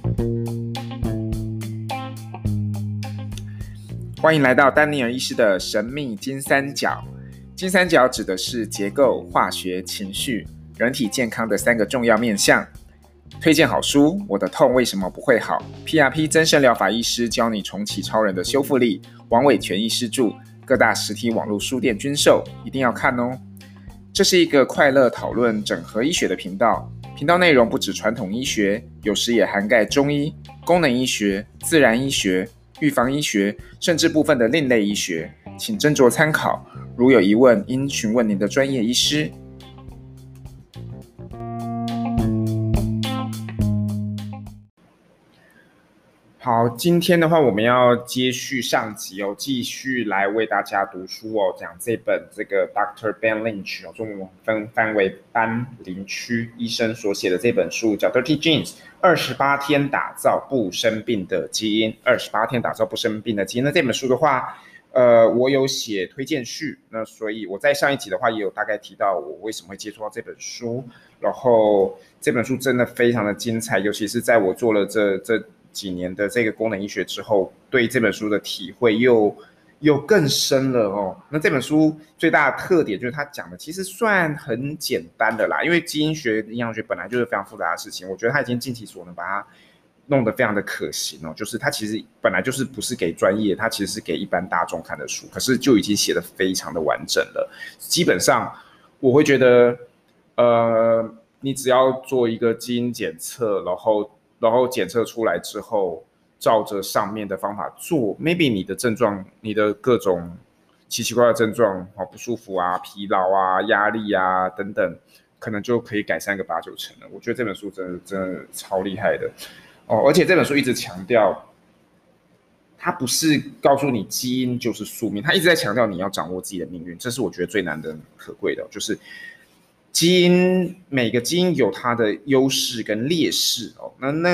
欢迎来到丹尼尔医师的神秘金三角。金三角指的是结构、化学、情绪、人体健康的3个重要面向。推荐好书，我的痛为什么不会好？ PRP 增生疗法医师教你重启超人的修复力。王伟全医师著，各大实体网络书店均售，一定要看哦。这是一个快乐讨论整合医学的频道，频道内容不止传统医学，有时也涵盖中医、功能医学、自然医学、预防医学，甚至部分的另类医学，请斟酌参考。如有疑问，应询问您的专业医师。好，今天的话我们要接续上集哦，继续来为大家读书哦，讲这本这个 Dr. Ben Lynch 中文翻为班林区医生所写的这本书，叫 Dirty Genes 28天打造不生病的基因。28天打造不生病的基因。那这本书的话，我有写推荐序，那所以我在上一集的话也有大概提到我为什么会接触到这本书，然后这本书真的非常的精彩，尤其是在我做了这几年的这个功能医学之后，对这本书的体会又更深了哦。那这本书最大的特点就是它讲的其实算很简单的啦，因为基因学、营养学本来就是非常复杂的事情，我觉得它已经尽其所能把它弄得非常的可行哦。就是它其实本来就是不是给专业，它其实是给一般大众看的书，可是就已经写得非常的完整了。基本上我会觉得，你只要做一个基因检测，然后检测出来之后，照着上面的方法做 ，maybe 你的症状，你的各种奇奇怪怪的症状，不舒服啊、疲劳啊、压力啊等等，可能就可以改善个8、9成了。我觉得这本书真的超厉害的哦，而且这本书一直强调，它不是告诉你基因就是宿命，它一直在强调你要掌握自己的命运，这是我觉得最难能可贵的，就是基因每个基因有它的优势跟劣势哦，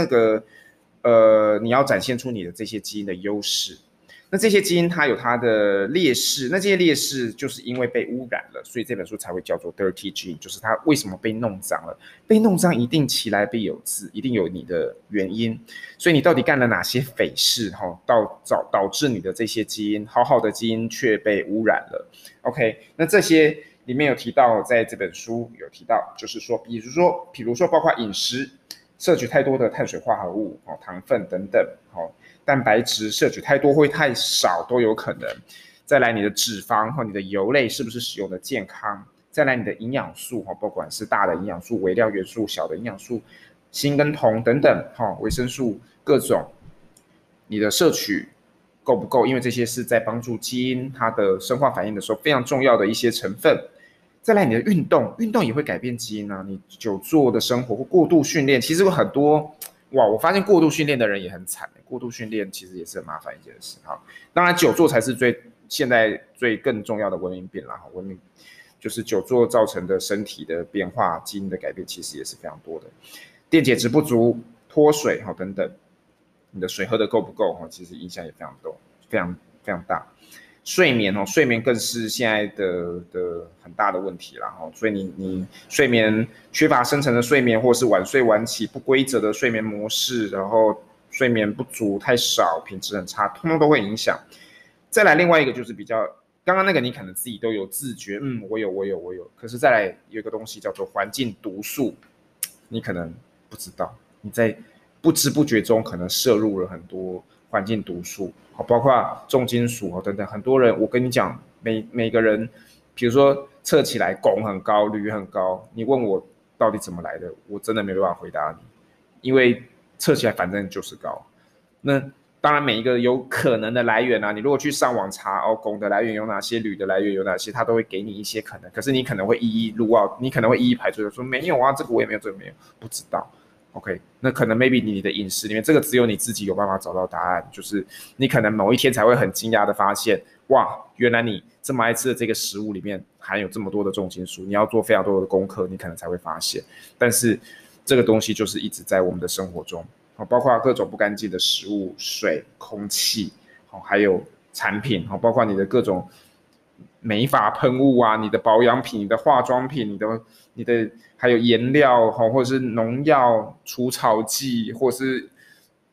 你要展现出你的这些基因的优势，那这些基因它有它的劣势，那这些劣势就是因为被污染了，所以这本书才会叫做 Dirty Gene， 就是它为什么被弄脏了，被弄脏一定其来必有自，一定有你的原因，所以你到底干了哪些匪事导致你的这些基因好好的基因却被污染了 OK， 那这些里面有提到，在这本书有提到，就是说比如说包括饮食摄取太多的碳水化合物、糖分等等、蛋白质摄取太多会太少都有可能。再来你的脂肪和你的油类是不是使用的健康？再来你的营养素，不管是大的营养素、微量元素、小的营养素、锌跟铜等等，维生素各种，你的摄取够不够？因为这些是在帮助基因它的生化反应的时候非常重要的一些成分。再来你的运动也会改变基因啊，你久坐的生活或过度训练，其实有很多我发现过度训练的人也很惨，过度训练其实也是很麻烦一件事。当然久坐才是现在最更重要的文明病啦，文明就是久坐造成的身体的变化、基因的改变，其实也是非常多的。电解质不足、脱水等等，你的水喝的够不够，其实影响也非常多，非常大。睡眠更是现在的很大的问题啦，所以你睡眠缺乏深层的睡眠，或是晚睡晚起不规则的睡眠模式，然后睡眠不足太少，品质很差，通通都会影响。再来另外一个就是比较刚刚那个你可能自己都有自觉，我有，可是再来有一个东西叫做环境毒素，你可能不知道，你在不知不觉中可能摄入了很多环境毒素，包括重金属等等，很多人我跟你讲，每个人，比如说测起来汞很高，铝很高，你问我到底怎么来的，我真的没办法回答你，因为测起来反正就是高。那当然每一个有可能的来源啊，你如果去上网查汞的来源有哪些，铝的来源有哪些，他都会给你一些可能，可是你可能会一一rule out，你可能会一一排除，说没有啊，这个我也没有，这个没有，不知道。OK， 那可能 maybe 你的饮食里面，这个只有你自己有办法找到答案，就是你可能某一天才会很惊讶的发现，哇，原来你这么爱吃的这个食物里面含有这么多的重金属，你要做非常多的功课，你可能才会发现。但是这个东西就是一直在我们的生活中，包括各种不干净的食物、水、空气，还有产品，包括你的各种美发喷雾啊，你的保养品、你的化妆品、你的还有颜料或者是农药、除草剂，或是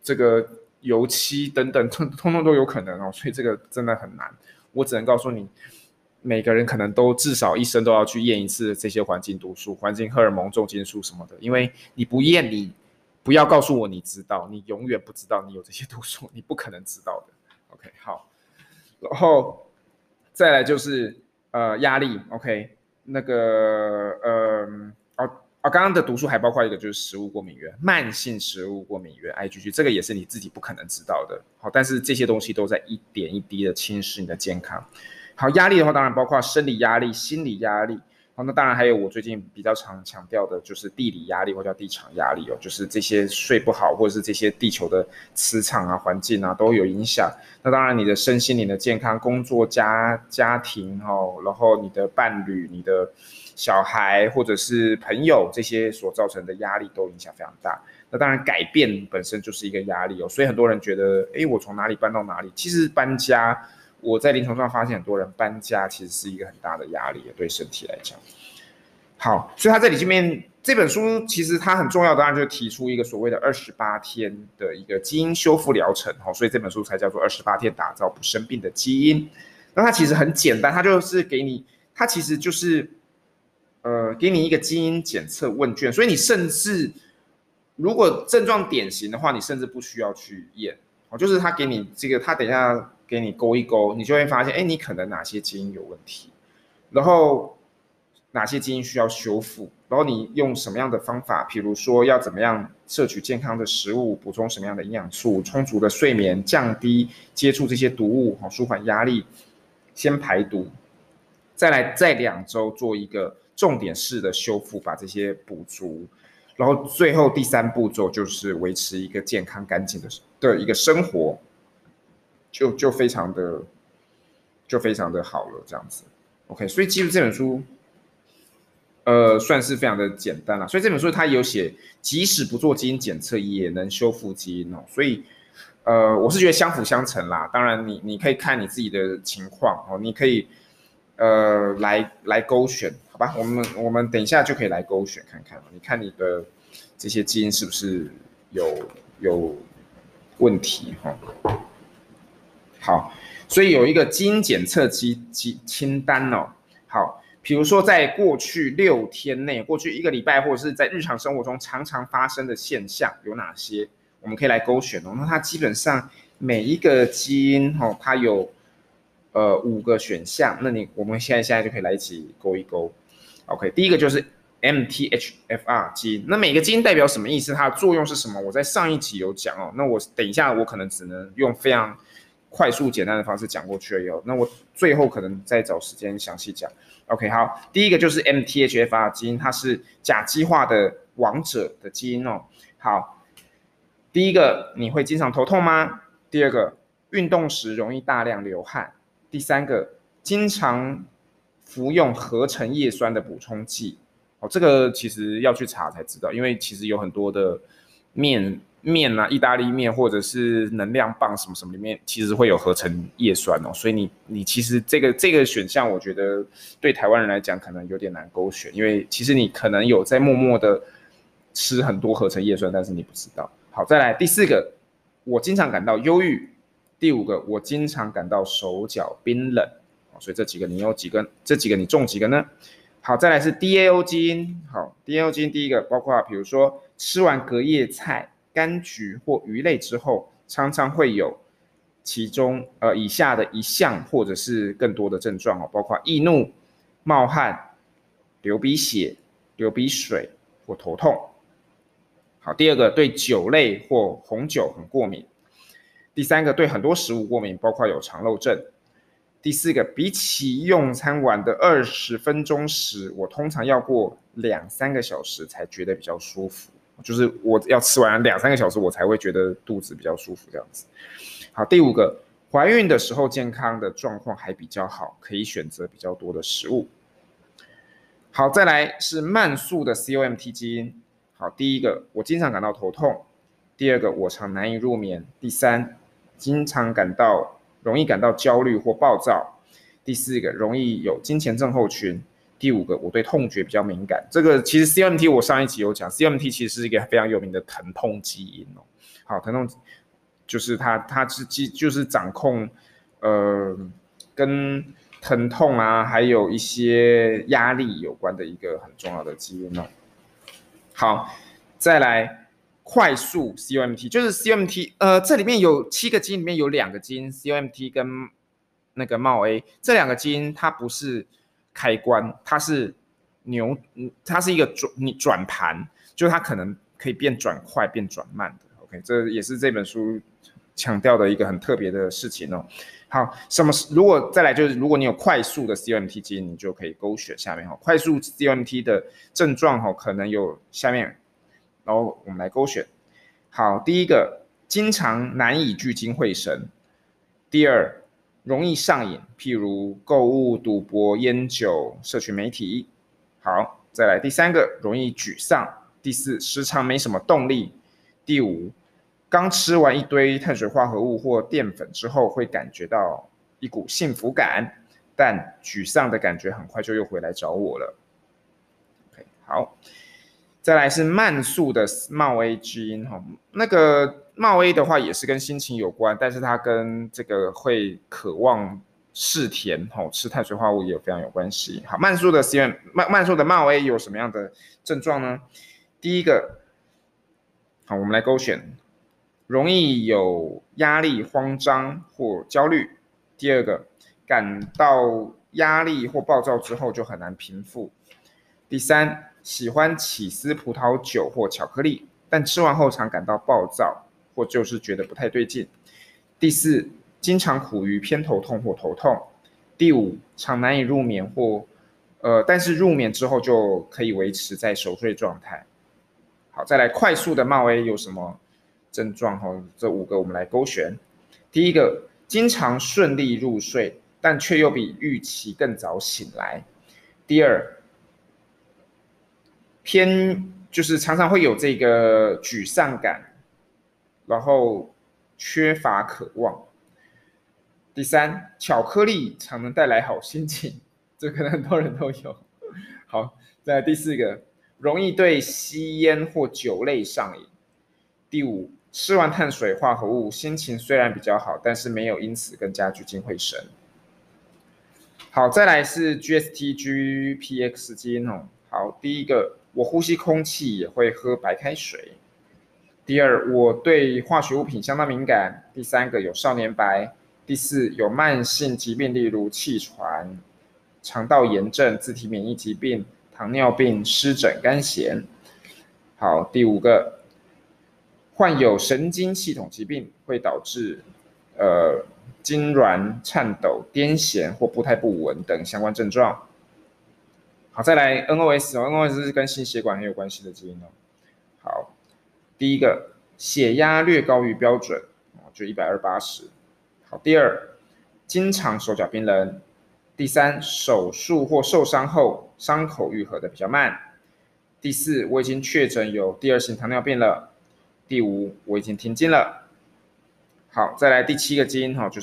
这个油漆等等，通通都有可能哦。所以这个真的很难。我只能告诉你，每个人可能都至少一生都要去验一次这些环境毒素、环境荷尔蒙、重金属什么的，因为你不验，你不要告诉我你知道，你永远不知道你有这些毒素，你不可能知道的。OK， 好，然后再来就是压力 ，OK， 那个刚刚的毒素还包括一个就是食物过敏源，慢性食物过敏源 IgG， 这个也是你自己不可能知道的。好，但是这些东西都在一点一滴的侵蚀你的健康。好，压力的话，当然包括生理压力、心理压力。好，那当然还有我最近比较常强调的就是地理压力或叫地场压力哦，就是这些睡不好或者是这些地球的磁场啊、环境啊都有影响。那当然你的身心灵的健康、工作、家庭哦，然后你的伴侣、你的小孩或者是朋友这些所造成的压力都影响非常大。那当然改变本身就是一个压力哦，所以很多人觉得，我从哪里搬到哪里，其实搬家。我在临床上发现很多人搬家其实是一个很大的压力，对身体来讲。好，所以他这本书其实它很重要，当然就提出一个所谓的28天的一个基因修复疗程，所以这本书才叫做28天打造不生病的基因。那它其实很简单，它就是给你，它其实就是给你一个基因检测问卷，所以你甚至如果症状典型的话，你甚至不需要去验，就是他给你这个，他等一下给你勾一勾，你就会发现，你可能哪些基因有问题，然后哪些基因需要修复，然后你用什么样的方法，比如说要怎么样摄取健康的食物，补充什么样的营养素，充足的睡眠，降低接触这些毒物，舒缓压力，先排毒，再来在2周做一个重点式的修复，把这些补足。然后最后第3步骤就是维持一个健康干净的一个生活，就非常的好了，这样子。OK， 所以其实这本书，算是非常的简单啦。所以这本书它有写，即使不做基因检测也能修复基因哦。所以，我是觉得相辅相成啦。当然你可以看你自己的情况哦，你可以来勾选，好吧？我们等一下就可以来勾选看看，你看你的这些基因是不是有问题哈？好，所以有一个基因检测清单哦。好，比如说在过去6天内，过去1个礼拜，或者是在日常生活中常常发生的现象有哪些？我们可以来勾选哦。那它基本上每一个基因它有5个选项，那我们现在就可以来一起勾一勾。OK， 第一个就是 MTHFR 基因，那每个基因代表什么意思？它的作用是什么？我在上一集有讲哦，那我等一下我可能只能用非常快速简单的方式讲过去而已哦，那我最后可能再找时间详细讲。OK， 好，第一个就是 MTHFR 基因，它是甲基化的王者的基因哦。好，第一个你会经常头痛吗？第二个运动时容易大量流汗。第三个经常服用合成叶酸的补充剂。这个其实要去查才知道，因为其实有很多的面啊，意大利面或者是能量棒什么什么里面，其实会有合成叶酸哦。所以你其实这个选项，我觉得对台湾人来讲可能有点难勾选，因为其实你可能有在默默的吃很多合成叶酸，但是你不知道。好，再来第4个，我经常感到忧郁。第5个，我经常感到手脚冰冷。所以这几个你有几个？这几个你中几个呢？好，再来是 DAO 基因。好 ，DAO 基因第一个包括比如说吃完隔夜菜、柑橘或鱼类之后，常常会有其中以下的一项或者是更多的症状包括易怒、冒汗、流鼻血、流鼻水或头痛。好，第2个对酒类或红酒很过敏。第3个对很多食物过敏，包括有肠漏症。第4个，比起用餐完的20分钟时，我通常要过2-3个小时才觉得比较舒服，就是我要吃完2-3个小时，我才会觉得肚子比较舒服这样子。好，第5个，怀孕的时候健康的状况还比较好，可以选择比较多的食物。好，再来是慢速的 COMT 基因。好，第1个，我经常感到头痛。第2个，我常难以入眠。第3，经常容易感到焦虑或暴躁。第4个，容易有金钱症候群。 第5个，我对痛觉比较敏感。这个其实 CMT 我上一集有讲，CMT 其实是一个非常有名的疼痛基因哦。好，疼痛就是就是掌控跟疼痛啊，还有一些压力有关的一个很重要的基因哦。好，再来快速 COMT， 就是 COMT， 这里面有7个基因，里面有2个基因 COMT 跟那个 MAO-A， 这2个基因它不是开关，它是它是一个转盘，就是它可能可以变转快变转慢的。OK， 这也是这本书强调的一个很特别的事情哦。好，如果再来就是，如果你有快速的 COMT 基因，你就可以勾选下面哈。快速 COMT 的症状哈，可能有下面，然后我们来勾选。好，第1个，经常难以聚精会神；第2，容易上瘾，譬如购物、赌博、烟酒、社群媒体。好，再来第3个，容易沮丧；第4，时常没什么动力；第5，刚吃完一堆碳水化合物或淀粉之后，会感觉到一股幸福感，但沮丧的感觉很快就又回来找我了。Okay， 好，再来是慢速的 MAO-A 基因哈，那个 MAO-A 的话也是跟心情有关，但是它跟这个会渴望嗜甜吃碳水化合物也非常有关系。好，慢速的 MAO-A 有什么样的症状呢？第1个，好，我们来勾选。容易有压力、慌张或焦虑。第2个，感到压力或暴躁之后就很难平复。第3，喜欢起司葡萄酒或巧克力，但吃完后常感到暴躁或就是觉得不太对劲。第4，经常苦于偏头痛或头痛。第5，常难以入眠但是入眠之后就可以维持在熟睡状态。好，再来快速的MAO-A有什么症状？这5个我们来勾选。第1个，经常顺利入睡，但却又比预期更早醒来。第2，就是常常会有这个沮丧感，然后缺乏渴望。第3，巧克力常能带来好心情，这可能很多人都有。好，再来第4个，容易对吸烟或酒类上瘾。第5，吃完碳水化合物，心情虽然比较好，但是没有因此更加聚精会神。好，再来是 GST-GPX 基因哦。好，第1个，我呼吸空气也会喝白开水。第2，我对化学物品相当敏感。第3个，有少年白。第4，有慢性疾病，例如气喘、肠道炎症、自体免疫疾病、糖尿病、湿疹、肝炎。好，第5个，患有神经系统疾病，会导致痉挛、颤抖、癫痫或步态不稳等相关症状。好，再来 NOS 是跟心血管很有关系的基因哦。好，第1个，血压略高于标准，就120/80。好，第2，经常手脚冰冷。第3，手术或受伤后伤口愈合的比较慢。第4，我已经确诊有第2型糖尿病了。第5，我已经停经了。好，再来第7个基因就是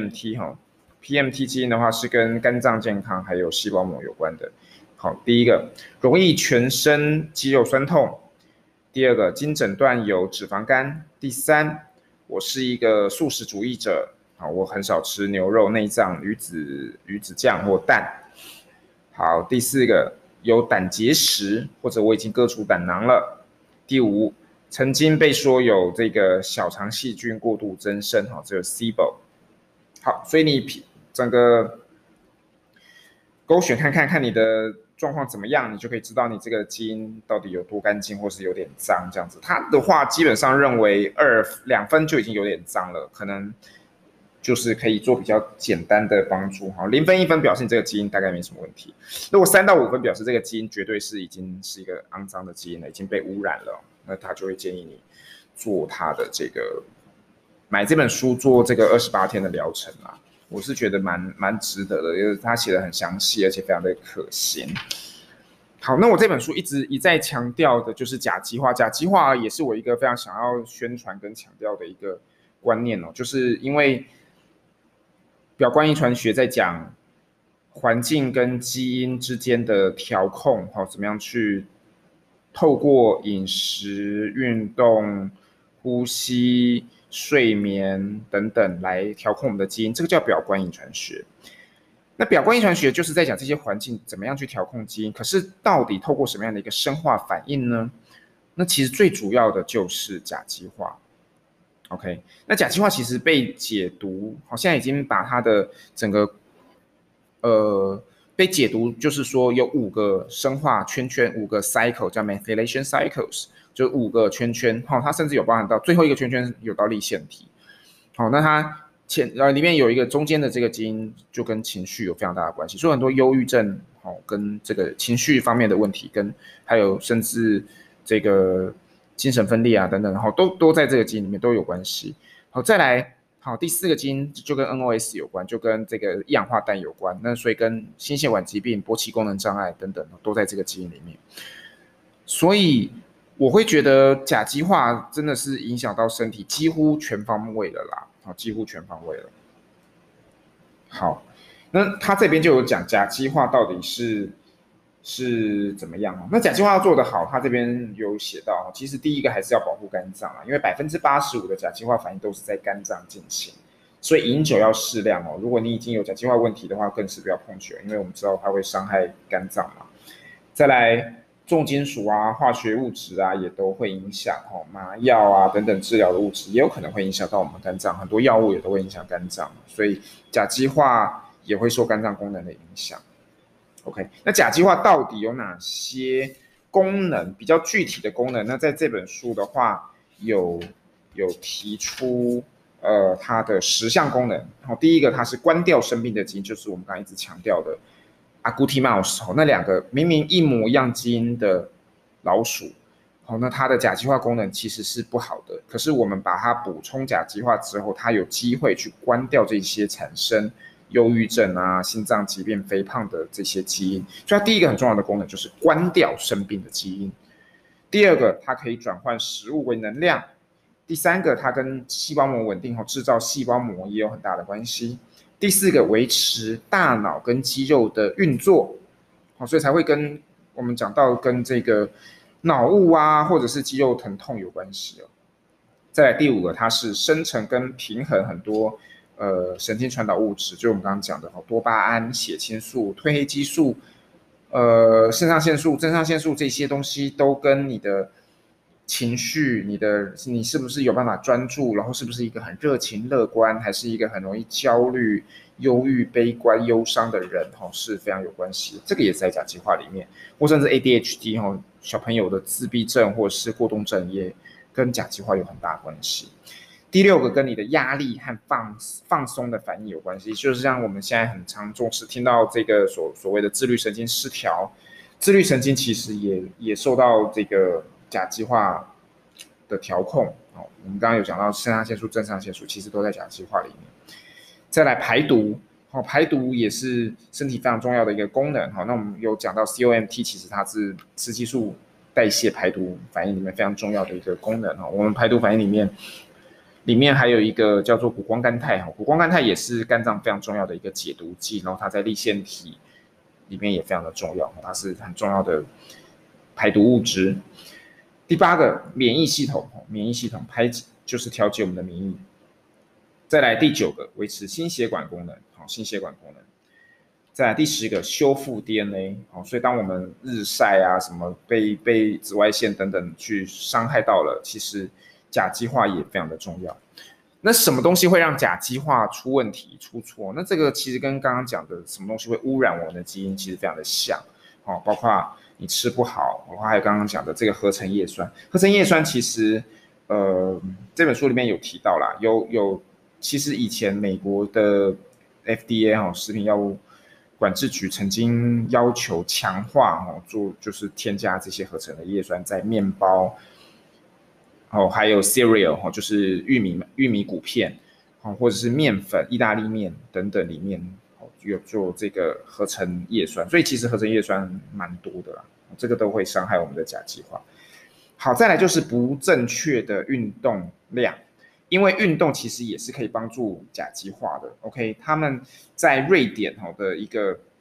PMT。PMT 基因的话是跟肝脏健康还有细胞膜有关的。好，第1个，容易全身肌肉酸痛。第2个，经诊断有脂肪肝。第3，我是一个素食主义者。好，我很少吃牛肉、内脏、鱼子酱或蛋。好，第4个，有胆结石，或者我已经割除胆囊了。第5，曾经被说有这个小肠细菌过度增生，这个 SIBO。好，所以你整个勾选看你的状况怎么样，你就可以知道你这个基因到底有多干净，或是有点脏这样子。他的话基本上认为2分就已经有点脏了，可能就是可以做比较简单的帮助。0分1分表示你这个基因大概没什么问题，如果3到5分表示这个基因绝对是已经是一个肮脏的基因了，已经被污染了，那他就会建议你做他的这个买这本书做这个28天的疗程啦。我是觉得蛮值得的，因为他写的很详细，而且非常的可行。好，那我这本书一再强调的就是甲基化，甲基化也是我一个非常想要宣传跟强调的一个观念哦，就是因为表观遗传学在讲环境跟基因之间的调控，怎么样去透过饮食、运动、呼吸、睡眠等等来调控我们的基因，这个叫表观遗传学。那表观遗传学就是在讲这些环境怎么样去调控基因，可是到底透过什么样的一个生化反应呢？那其实最主要的就是甲基化。OK， 那甲基化其实被解读，现在已经把它的整个被解读，就是说有5个生化圈圈，5个 cycle 叫 methylation cycles， 就5个圈圈，它甚至有包含到最后一个圈圈有到粒线体。那它里面有一个中间的这个基因就跟情绪有非常大的关系，所以很多忧郁症跟这个情绪方面的问题，跟还有甚至这个精神分裂啊等等，都在这个基因里面都有关系。再来第4个基因就跟 NOS 有关，就跟这个一氧化氮有关，那所以跟心血管疾病、勃起功能障碍等等都在这个基因里面。所以我会觉得甲基化真的是影响到身体几乎全方位了啦，几乎全方位了。好，那他这边就有讲甲基化到底是怎么样。那甲基化要做得好，他这边有写到，其实第一个还是要保护肝脏因为85%的甲基化反应都是在肝脏进行，所以饮酒要适量如果你已经有甲基化问题的话，更是不要碰酒，因为我们知道它会伤害肝脏嘛。再来，重金属啊、化学物质啊也都会影响麻药啊等等治疗的物质也有可能会影响到我们肝脏，很多药物也都会影响肝脏，所以甲基化也会受肝脏功能的影响。OK， 那甲基化到底有哪些功能？比较具体的功能，那在这本书的话有提出它的10项功能。第一个，它是关掉生病的基因，就是我们刚刚一直强调的agouti mouse，那2个明明一模一样基因的老鼠，那它的甲基化功能其实是不好的，可是我们把它补充甲基化之后，它有机会去关掉这些产生忧郁症啊、心脏疾病、肥胖的这些基因，所以它第一个很重要的功能就是关掉生病的基因。第二个，它可以转换食物为能量。第3个，它跟细胞膜稳定制造细胞膜也有很大的关系。第4个，维持大脑跟肌肉的运作，所以才会跟我们讲到跟这个脑雾啊，或者是肌肉疼痛有关系再来第5个，它是生成跟平衡很多神经传导物质，就是我们刚刚讲的多巴胺、血清素、褪黑激素、肾上腺素、正上腺素这些东西都跟你的情绪，你是不是有办法专注，然后是不是一个很热情乐观，还是一个很容易焦虑、忧郁、悲观、忧伤的人是非常有关系的。这个也是在甲基化里面，或甚至 ADHD 小朋友的自闭症或者是过动症也跟甲基化有很大的关系。第6个跟你的压力和放松的反应有关系，就是像我们现在很常重视听到这个所谓的自律神经失调，自律神经其实也受到这个甲基化的调控。我们刚刚有讲到肾上腺素、正上腺素其实都在甲基化里面。再来排毒，排毒也是身体非常重要的一个功能。那我们有讲到 COMT， 其实它是雌激素代谢排毒反应里面非常重要的一个功能。我们排毒反应里面还有一个叫做谷胱甘肽，谷胱甘肽也是肝脏非常重要的一个解毒剂，然后它在粒线体里面也非常的重要，它是很重要的排毒物质。第8个免疫系统，就是调节我们的免疫。再来第9个维持心血管功能，心血管功能。再来第10个修复 DNA， 所以当我们日晒啊什么被紫外线等等去伤害到了，其实甲基化也非常的重要。那什么东西会让甲基化出问题出错？那这个其实跟刚刚讲的什么东西会污染我们的基因其实非常的像，包括你吃不好，包括还有刚刚讲的这个合成叶酸。合成叶酸其实这本书里面有提到啦，其实以前美国的 FDA 食品药物管制局曾经要求强化就是添加这些合成的叶酸在面包，还有 cereal 就是玉米谷片，或者是面粉、意大利面等等里面有做这个合成叶酸，所以其实合成叶酸蛮多的啦，这个都会伤害我们的甲基化。好，再来就是不正确的运动量。因为运动其实也是可以帮助甲基化的 ，OK？ 他们在瑞典的一个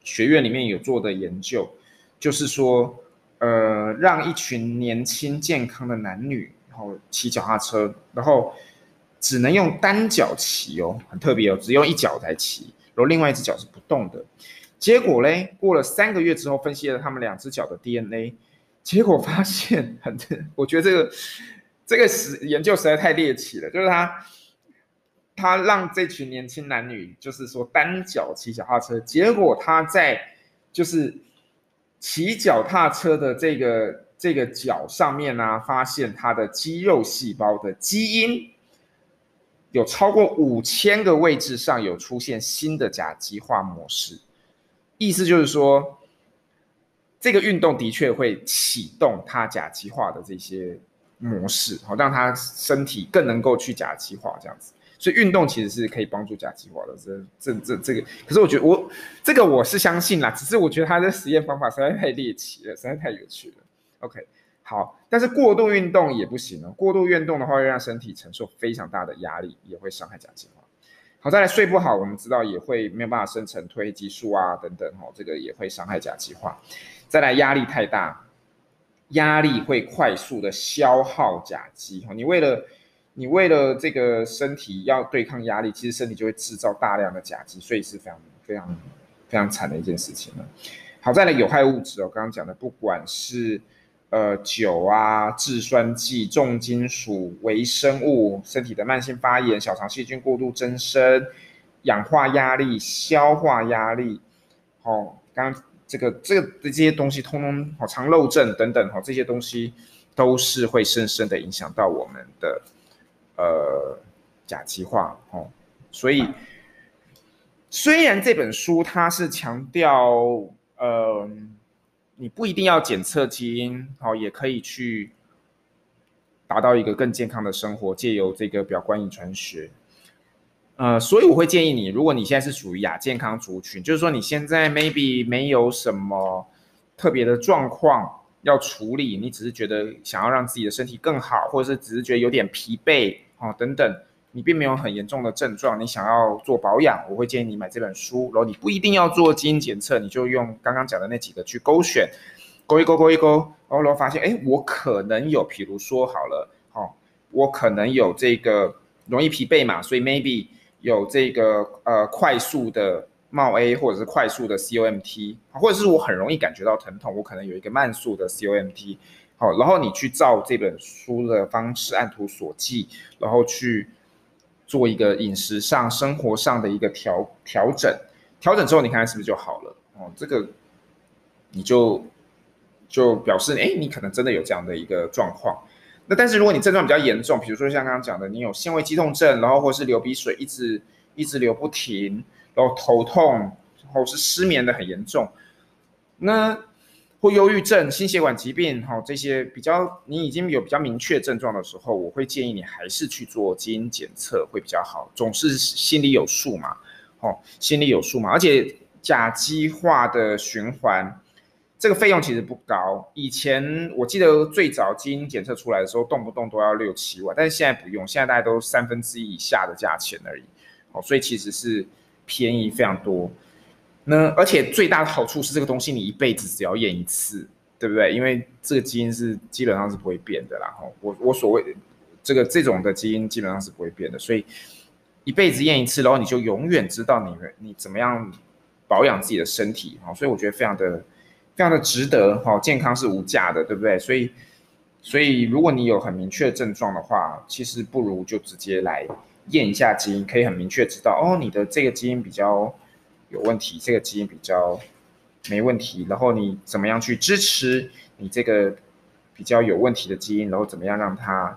学院里面有做的研究，就是说，让一群年轻健康的男女，然后骑脚踏车，然后只能用单脚骑哦，很特别哦，只用一脚在骑，然后另外一只脚是不动的。结果嘞，过了3个月之后，分析了他们2只脚的 DNA， 结果发现我觉得这个研究实在太猎奇了，就是他让这群年轻男女，就是说单脚骑脚踏车，结果他在就是骑脚踏车的这个脚上面呢、发现他的肌肉细胞的基因有超过5000个位置上有出现新的甲基化模式，意思就是说，这个运动的确会启动它甲基化的这些模式，好让它身体更能够去甲基化这样子。所以运动其实是可以帮助甲基化的，这个，可是我觉得这个我是相信啦，只是我觉得他的实验方法实在太猎奇了，实在太有趣了。OK， 好，但是过度运动也不行哦，过度运动的话会让身体承受非常大的压力，也会伤害甲基化。好，再来睡不好，我们知道也会没有办法生成褪黑激素啊等等，这个也会伤害甲基化。再来压力太大，压力会快速的消耗甲基，你为了这个身体要对抗压力，其实身体就会制造大量的甲基，所以是非常惨的一件事情了。好，再来有害物质哦，刚刚讲的，不管是酒啊、制酸剂、重金属、微生物、身体的慢性发炎、小肠细菌过度增生、氧化压力、消化压力，刚刚这些东西通通肠漏症等等这些东西都是会深深的影响到我们的甲基化所以虽然这本书它是强调你不一定要检测基因也可以去达到一个更健康的生活，借由这个表观遗传学。所以我会建议你，如果你现在是属于亚健康族群，就是说你现在 maybe 没有什么特别的状况要处理，你只是觉得想要让自己的身体更好，或者是只是觉得有点疲惫等等，你并没有很严重的症状，你想要做保养，我会建议你买这本书。然后你不一定要做基因检测，你就用刚刚讲的那几个去勾选，勾一勾，然后发现，我可能有，比如说好了，我可能有这个容易疲惫嘛，所以 maybe 有这个快速的冒 A 或者是快速的 COMT， 或者是我很容易感觉到疼痛，我可能有一个慢速的 COMT。好，然后你去照这本书的方式按图索骥，然后去做一个饮食上、生活上的一个调整，调整之后你看是不是就好了？这个你就表示，你可能真的有这样的一个状况。那但是如果你症状比较严重，比如说像刚刚讲的，你有纤维肌痛症，然后或是流鼻水一直流不停，然后头痛，然后是失眠的很严重，那或忧郁症、心血管疾病，这些你已经有比较明确症状的时候，我会建议你还是去做基因检测会比较好，总是心里有数嘛，心里有数嘛，而且甲基化的循环。这个费用其实不高，以前我记得最早基因检测出来的时候，动不动都要6、7万，但是现在不用，现在大概都1/3以下的价钱而已，所以其实是便宜非常多。那而且最大的好处是这个东西你一辈子只要验一次，对不对？因为这个基因是基本上是不会变的啦。我所谓这种的基因基本上是不会变的，所以一辈子验一次，然后你就永远知道你怎么样保养自己的身体。所以我觉得非常的值得。健康是无价的，对不对？所以如果你有很明确的症状的话，其实不如就直接来验一下基因，可以很明确知道你的这个基因比较有问题，这个基因比较没问题，然后你怎么样去支持你这个比较有问题的基因，然后怎么样让它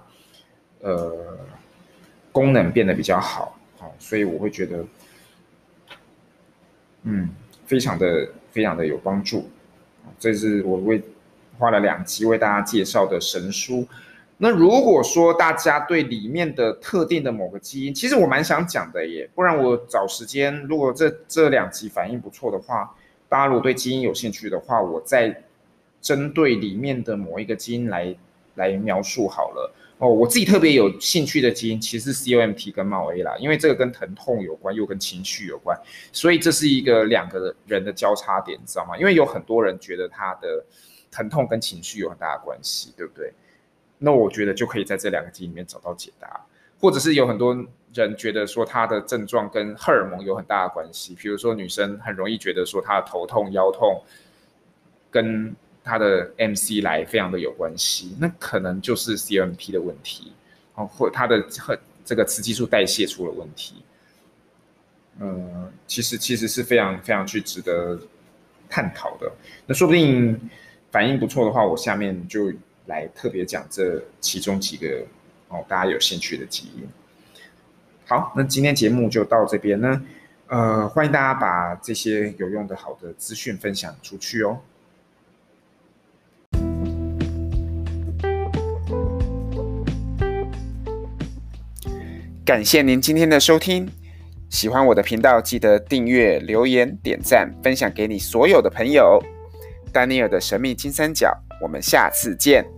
功能变得比较好。所以我会觉得非常的有帮助。这是我花了2集为大家介绍的神书。那如果说大家对里面的特定的某个基因，其实我蛮想讲的耶，不然我找时间，如果这2集反应不错的话，大家如果对基因有兴趣的话，我再针对里面的某一个基因来描述好了。 我自己特别有兴趣的基因其实是 COMT 跟 MAO-A 啦，因为这个跟疼痛有关，又跟情绪有关，所以这是一个两个人的交叉点，你知道吗？因为有很多人觉得他的疼痛跟情绪有很大的关系，对不对？那我觉得就可以在这两个基因里面找到解答，或者是有很多人觉得说他的症状跟荷尔蒙有很大的关系，比如说女生很容易觉得说她的头痛、腰痛跟他的 MC 来非常的有关系，那可能就是 CMP 的问题，或他的这个雌激素代谢出了问题。其实是非常非常去值得探讨的。那说不定反应不错的话，我下面就来特别讲这其中几个大家有兴趣的基因。好，那今天节目就到这边呢。欢迎大家把这些有用的好的资讯分享出去哦。感谢您今天的收听，喜欢我的频道记得订阅、留言、点赞、分享给你所有的朋友。丹尼尔的神秘金三角，我们下次见。